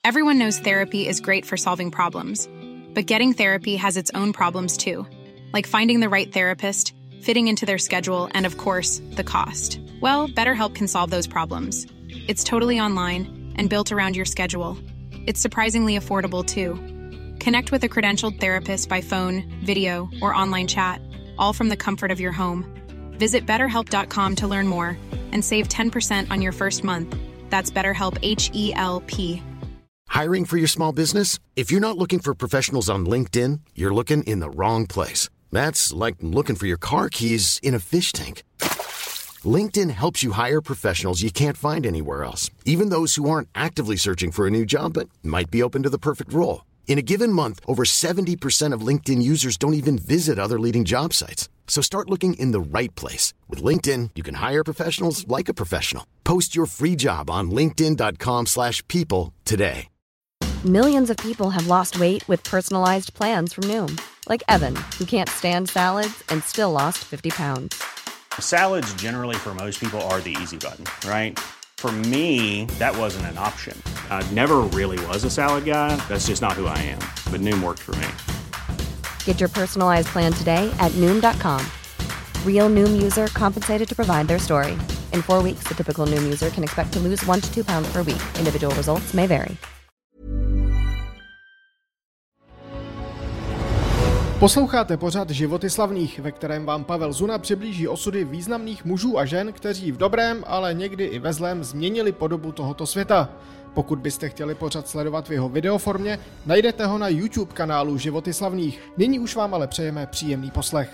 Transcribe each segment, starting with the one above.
Everyone knows therapy is great for solving problems, but getting therapy has its own problems too, like finding the right therapist, fitting into their schedule, and of course, the cost. Well, BetterHelp can solve those problems. It's totally online and built around your schedule. It's surprisingly affordable too. Connect with a credentialed therapist by phone, video, or online chat, all from the comfort of your home. Visit BetterHelp.com to learn more and save 10% on your first month. That's BetterHelp, H-E-L-P. Hiring for your small business? If you're not looking for professionals on LinkedIn, you're looking in the wrong place. That's like looking for your car keys in a fish tank. LinkedIn helps you hire professionals you can't find anywhere else, even those who aren't actively searching for a new job but might be open to the perfect role. In a given month, over 70% of LinkedIn users don't even visit other leading job sites. So start looking in the right place. With LinkedIn, you can hire professionals like a professional. Post your free job on linkedin.com/people today. Millions of people have lost weight with personalized plans from Noom. Like Evan, who can't stand salads and still lost 50 pounds. Salads generally for most people are the easy button, right? For me, that wasn't an option. I never really was a salad guy. That's just not who I am. But Noom worked for me. Get your personalized plan today at Noom.com. Real Noom user compensated to provide their story. In 4 weeks, the typical Noom user can expect to lose 1 to 2 pounds per week. Individual results may vary. Posloucháte pořad Životy slavných, ve kterém vám Pavel Zuna přiblíží osudy významných mužů a žen, kteří v dobrém, ale někdy i ve zlém změnili podobu tohoto světa. Pokud byste chtěli pořad sledovat v jeho videoformě, najdete ho na YouTube kanálu Životy slavných. Nyní už vám ale přejeme příjemný poslech.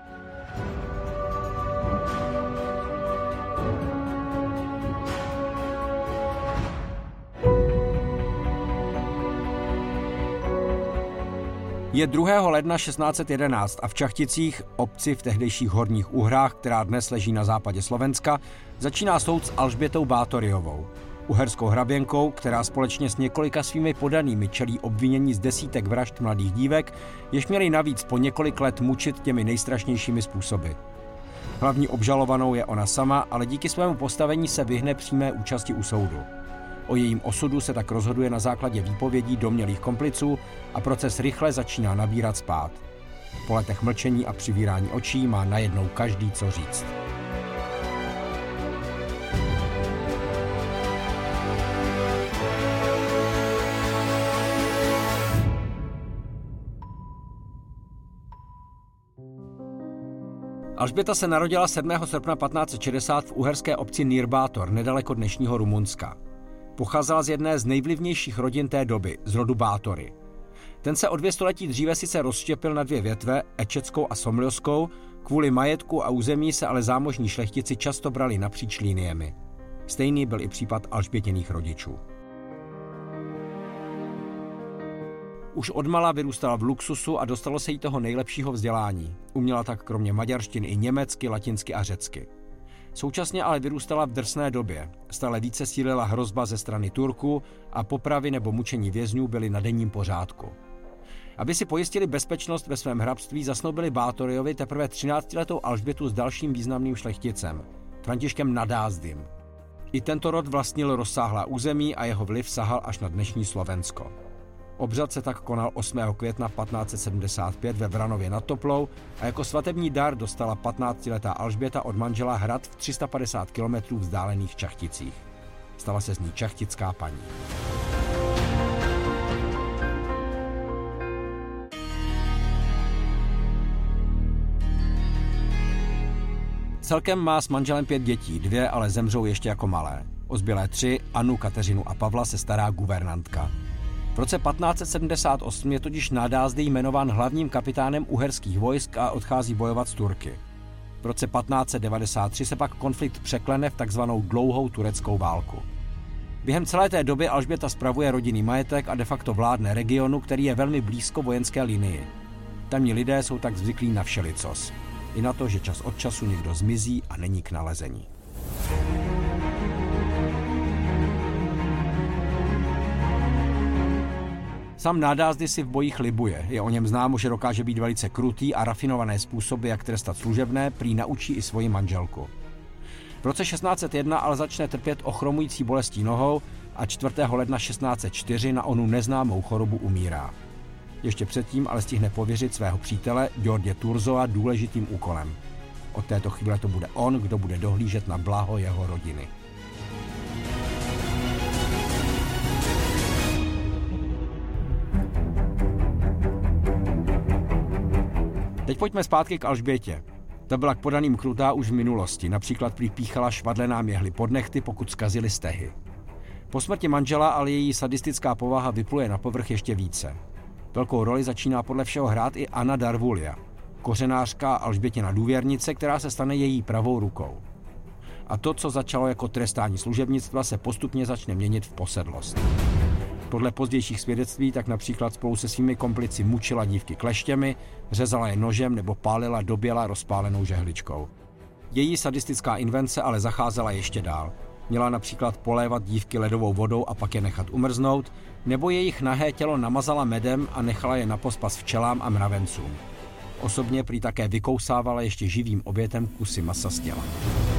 Je 2. ledna 1611 a v Čachticích, obci v tehdejších Horních Uhrách, která dnes leží na západě Slovenska, začíná soud s Alžbětou Bátoryovou, uherskou hraběnkou, která společně s několika svými podanými čelí obvinění z desítek vražd mladých dívek, jež měli navíc po několik let mučit těmi nejstrašnějšími způsoby. Hlavní obžalovanou je ona sama, ale díky svému postavení se vyhne přímé účasti u soudu. O jejím osudu se tak rozhoduje na základě výpovědí domnělých kompliců a proces rychle začíná nabírat spád. Po letech mlčení a přivírání očí má najednou každý co říct. Alžběta se narodila 7. srpna 1560 v uherské obci Nírbátor, nedaleko dnešního Rumunska. Pocházela z jedné z nejvlivnějších rodin té doby, z rodu Bátory. Ten se o 2 století dříve sice rozštěpil na 2 větve, ečeckou a somlioskou, kvůli majetku a území se ale zámožní šlechtici často brali napříč liniemi. Stejný byl i případ Alžbětiných rodičů. Už odmala vyrůstala v luxusu a dostalo se jí toho nejlepšího vzdělání. Uměla tak kromě maďarštiny i německy, latinsky a řecky. Současně ale vyrůstala v drsné době. Stále více sílila hrozba ze strany Turků a popravy nebo mučení vězňů byly na denním pořádku. Aby si pojistili bezpečnost ve svém hrabství, zasnoubili Bátoryjovi teprve 13letou Alžbětu s dalším významným šlechticem, Františkem Nadázdym. I tento rod vlastnil rozsáhlá území a jeho vliv sahal až na dnešní Slovensko. Obřad se tak konal 8. května 1575 ve Vranově nad Toplou a jako svatební dar dostala 15letá Alžběta od manžela hrad v 350 km vzdálených Čachticích. Stala se z ní čachtická paní. Celkem má s manželem 5 dětí, 2 ale zemřou ještě jako malé. O zbylé 3, Annu, Kateřinu a Pavla, se stará guvernantka. V roce 1578 je totiž Nadázdy jmenován hlavním kapitánem uherských vojsk a odchází bojovat s Turky. V roce 1593 se pak konflikt překlene v takzvanou dlouhou tureckou válku. Během celé té doby Alžběta spravuje rodinný majetek a de facto vládne regionu, který je velmi blízko vojenské linii. Tamní lidé jsou tak zvyklí na všelicos. I na to, že čas od času někdo zmizí a není k nalezení. Sam Nadázdy si v bojích libuje. Je o něm známo, že dokáže být velice krutý a rafinované způsoby, jak trestat služebné, prý naučí i svoji manželku. V roce 1601 ale začne trpět ochromující bolestí nohou a 4. ledna 1604 na onu neznámou chorobu umírá. Ještě předtím ale stihne pověřit svého přítele George Turzoa důležitým úkolem. Od této chvíle to bude on, kdo bude dohlížet na blaho jeho rodiny. Teď pojďme zpátky k Alžbětě. Ta byla k podaným krutá už v minulosti, například prý píchala švadlenám jehly pod nehty, pokud zkazily stehy. Po smrti manžela ale její sadistická povaha vypluje na povrch ještě více. Velkou roli začíná podle všeho hrát i Anna Darvulia, kořenářka Alžbětina důvěrnice, která se stane její pravou rukou. A to, co začalo jako trestání služebnictva, se postupně začne měnit v posedlost. Podle pozdějších svědectví tak například spolu se svými komplici mučila dívky kleštěmi, řezala je nožem nebo pálila do běla rozpálenou žehličkou. Její sadistická invence ale zacházela ještě dál. Měla například polévat dívky ledovou vodou a pak je nechat umrznout, nebo jejich nahé tělo namazala medem a nechala je na pospas včelám a mravencům. Osobně prý také vykousávala ještě živým obětem kusy masa z těla.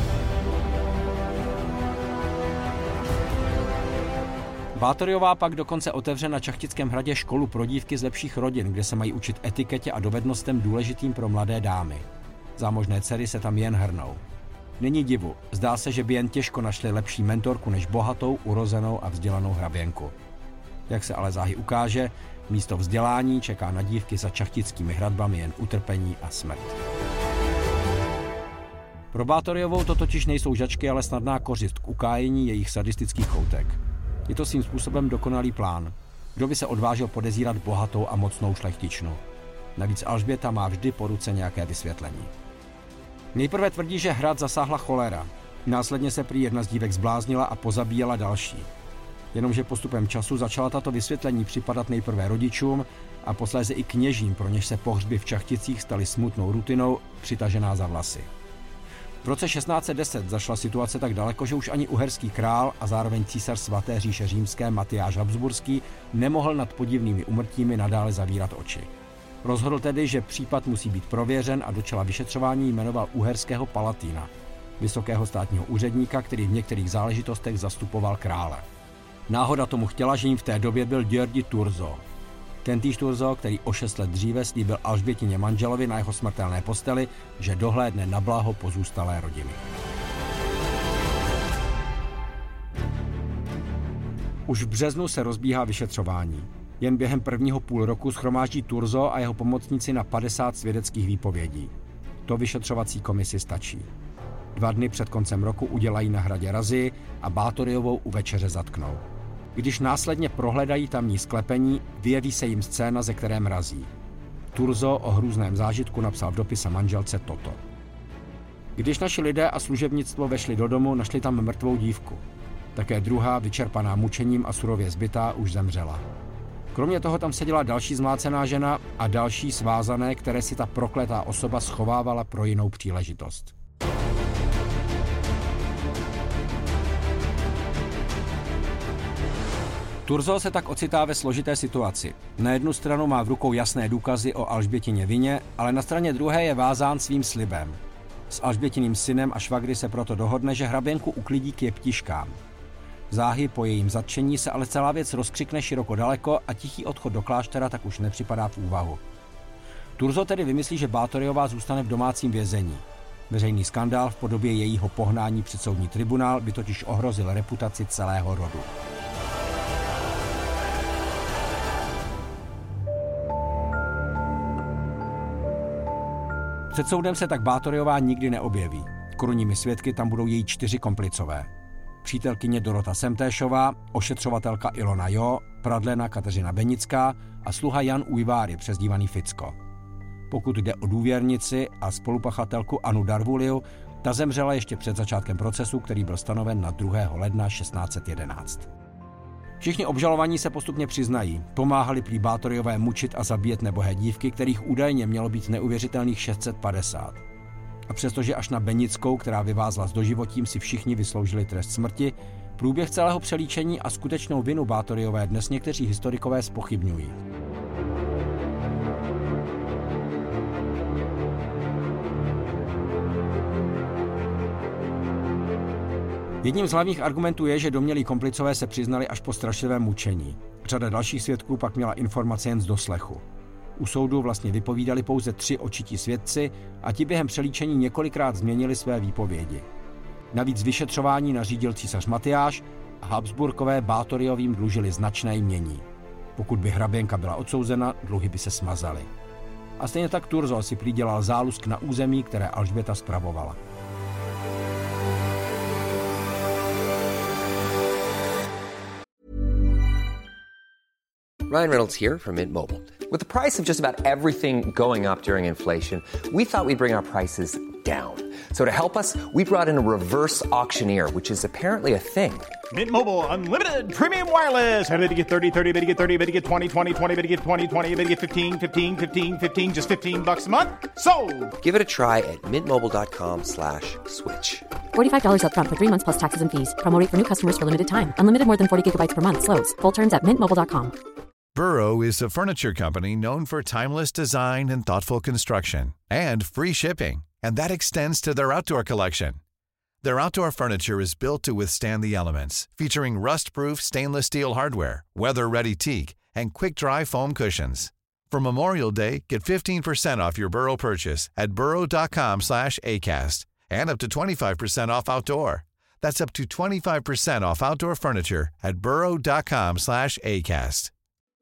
Bátoriová pak dokonce otevře na Čachtickém hradě školu pro dívky z lepších rodin, kde se mají učit etiketě a dovednostem důležitým pro mladé dámy. Zámožné dcery se tam jen hrnou. Není divu, zdá se, že by jen těžko našli lepší mentorku než bohatou, urozenou a vzdělanou hraběnku. Jak se ale záhy ukáže, místo vzdělání čeká na dívky za čachtickými hradbami jen utrpení a smrt. Pro Bátoriovou to totiž nejsou žačky, ale snadná kořist k ukájení jejich sadistických choutek. Je to svým způsobem dokonalý plán. Kdo by se odvážil podezírat bohatou a mocnou šlechtičnu? Navíc Alžběta má vždy po ruce nějaké vysvětlení. Nejprve tvrdí, že hrad zasáhla cholera. Následně se prý jedna z dívek zbláznila a pozabíjela další. Jenomže postupem času začala tato vysvětlení připadat nejprve rodičům a posléze i kněžím, pro něž se pohřby v Čachticích staly smutnou rutinou, přitažená za vlasy. V roce 1610 zašla situace tak daleko, že už ani uherský král a zároveň císař svaté říše římské Matyáš Habsburský nemohl nad podivnými úmrtími nadále zavírat oči. Rozhodl tedy, že případ musí být prověřen a do čela vyšetřování jmenoval uherského palatína, vysokého státního úředníka, který v některých záležitostech zastupoval krále. Náhoda tomu chtěla, že jim v té době byl György Turzo. Tentýž Turzo, který o 6 let dříve slíbil Alžbětině manželovi na jeho smrtelné posteli, že dohlédne na blaho pozůstalé rodiny. Už v březnu se rozbíhá vyšetřování. Jen během prvního půl roku shromáždí Turzo a jeho pomocníci na 50 svědeckých výpovědí. To vyšetřovací komisi stačí. 2 dny před koncem roku udělají na hradě razii a Bátoriovou u večeře zatknou. Když následně prohledají tamní sklepení, vyjeví se jim scéna, ze které mrazí. Turzo o hrůzném zážitku napsal v dopise manželce toto. Když naši lidé a služebnictvo vešli do domu, našli tam mrtvou dívku. Také druhá, vyčerpaná mučením a surově zbytá, už zemřela. Kromě toho tam seděla další zmlácená žena a další svázané, které si ta prokletá osoba schovávala pro jinou příležitost. Turzo se tak ocitá ve složité situaci. Na jednu stranu má v rukou jasné důkazy o Alžbětině vině, ale na straně druhé je vázán svým slibem. S Alžbětiným synem a švagry se proto dohodne, že hraběnku uklidí k jeptiškám. Záhy po jejím zatčení se ale celá věc rozkřikne široko daleko a tichý odchod do kláštera tak už nepřipadá v úvahu. Turzo tedy vymyslí, že Bátoriová zůstane v domácím vězení. Veřejný skandál v podobě jejího pohnání před soudní tribunál by totiž ohrozil reputaci celého rodu. Před soudem se tak Bátoriová nikdy neobjeví. Korunními svědky tam budou její 4 komplicové. Přítelkyně Dorota Semtéšová, ošetřovatelka Ilona Jo, pradlena Kateřina Benická a sluha Jan Ujváry, přezdívaný Ficko. Pokud jde o důvěrnici a spolupachatelku Annu Darvuliu, ta zemřela ještě před začátkem procesu, který byl stanoven na 2. ledna 1611. Všichni obžalovaní se postupně přiznají, pomáhali prý Bátoriové mučit a zabíjet nebohé dívky, kterých údajně mělo být neuvěřitelných 650. A přestože až na Benickou, která vyvázla s doživotím, si všichni vysloužili trest smrti, průběh celého přelíčení a skutečnou vinu Bátoriové dnes někteří historikové zpochybňují. Jedním z hlavních argumentů je, že domnělí komplicové se přiznali až po strašlivém mučení. Řada dalších svědků pak měla informace jen z doslechu. U soudu vlastně vypovídali pouze 3 očití svědci a ti během přelíčení několikrát změnili své výpovědi. Navíc vyšetřování nařídil císař Matyáš a Habsburkové Báthoriovým dlužili značné jmění. Pokud by hraběnka byla odsouzena, dluhy by se smazaly. A stejně tak Thurzo si prý dělal zálusk na území, které Alžběta spravovala. Ryan Reynolds here from Mint Mobile. With the price of just about everything going up during inflation, we thought we'd bring our prices down. So to help us, we brought in a reverse auctioneer, which is apparently a thing. Mint Mobile Unlimited Premium Wireless. How to get 30, 30, how to get 30, how to get 20, 20, 20, how to get 20, 20, how to get 15, 15, 15, 15, just $15 a month? Sold! Give it a try at mintmobile.com/switch. $45 up front for 3 months plus taxes and fees. Promo rate for new customers for limited time. Unlimited more than 40 gigabytes per month. Slows full terms at mintmobile.com. Burrow is a furniture company known for timeless design and thoughtful construction and free shipping, and that extends to their outdoor collection. Their outdoor furniture is built to withstand the elements, featuring rust-proof stainless steel hardware, weather-ready teak, and quick-dry foam cushions. For Memorial Day, get 15% off your Burrow purchase at burrow.com/acast and up to 25% off outdoor. That's up to 25% off outdoor furniture at burrow.com/acast.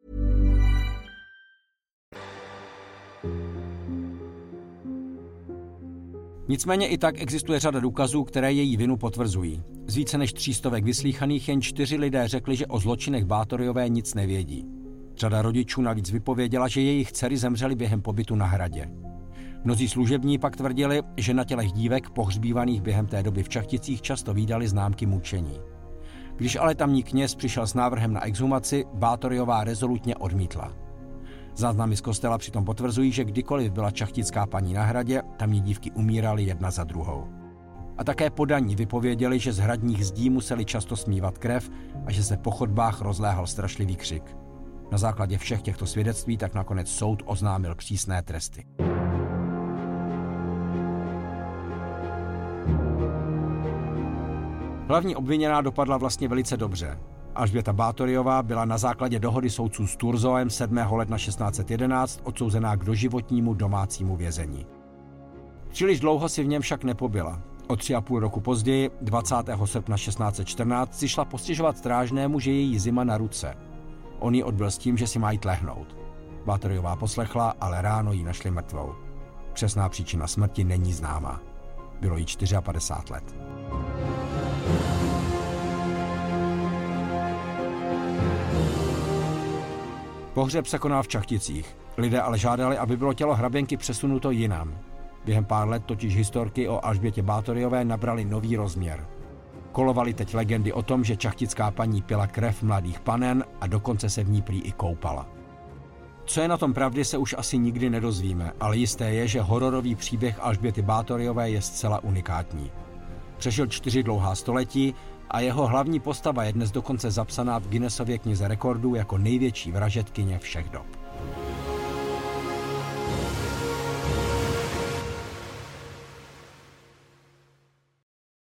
Nicméně i tak existuje řada důkazů, které její vinu potvrzují. Z více než 300 vyslýchaných jen 4 lidé řekli, že o zločinech Báthoriové nic nevědí. Řada rodičů navíc vypověděla, že jejich dcery zemřely během pobytu na hradě. Mnozí služební pak tvrdili, že na tělech dívek pohřbívaných během té doby v Čachticích často vídali známky mučení. Když ale tamní kněz přišel s návrhem na exhumaci, Báthoriová rezolutně odmítla. Záznamy z kostela přitom potvrzují, že kdykoliv byla čachtická paní na hradě, tamní dívky umíraly jedna za druhou. A také podaní vypověděli, že z hradních zdí museli často smívat krev a že se po chodbách rozléhal strašlivý křik. Na základě všech těchto svědectví tak nakonec soud oznámil přísné tresty. Hlavní obviněná dopadla vlastně velice dobře. Alžběta Báthoriová byla na základě dohody soudců s Thurzoem 7. ledna 1611 odsouzená k doživotnímu domácímu vězení. Příliš dlouho si v něm však nepobyla. O 3,5 roku později, 20. srpna 1614, si šla postěžovat strážnému, že její zima na ruce. On ji odbyl s tím, že si má jít lehnout. Báthoriová poslechla, ale ráno ji našli mrtvou. Přesná příčina smrti není známá. Bylo jí 54 let. Pohřeb se konal v Čachticích. Lidé ale žádali, aby bylo tělo hraběnky přesunuto jinam. Během pár let totiž historky o Alžbětě Báthoriové nabraly nový rozměr. Kolovaly teď legendy o tom, že čachtická paní pila krev mladých panen a dokonce se v ní prý i koupala. Co je na tom pravdy, se už asi nikdy nedozvíme, ale jisté je, že hororový příběh Alžběty Báthoriové je zcela unikátní. Přežil 4 dlouhá století a jeho hlavní postava je dnes dokonce zapsaná v Guinnessově knize rekordů jako největší vražedkyně všech dob.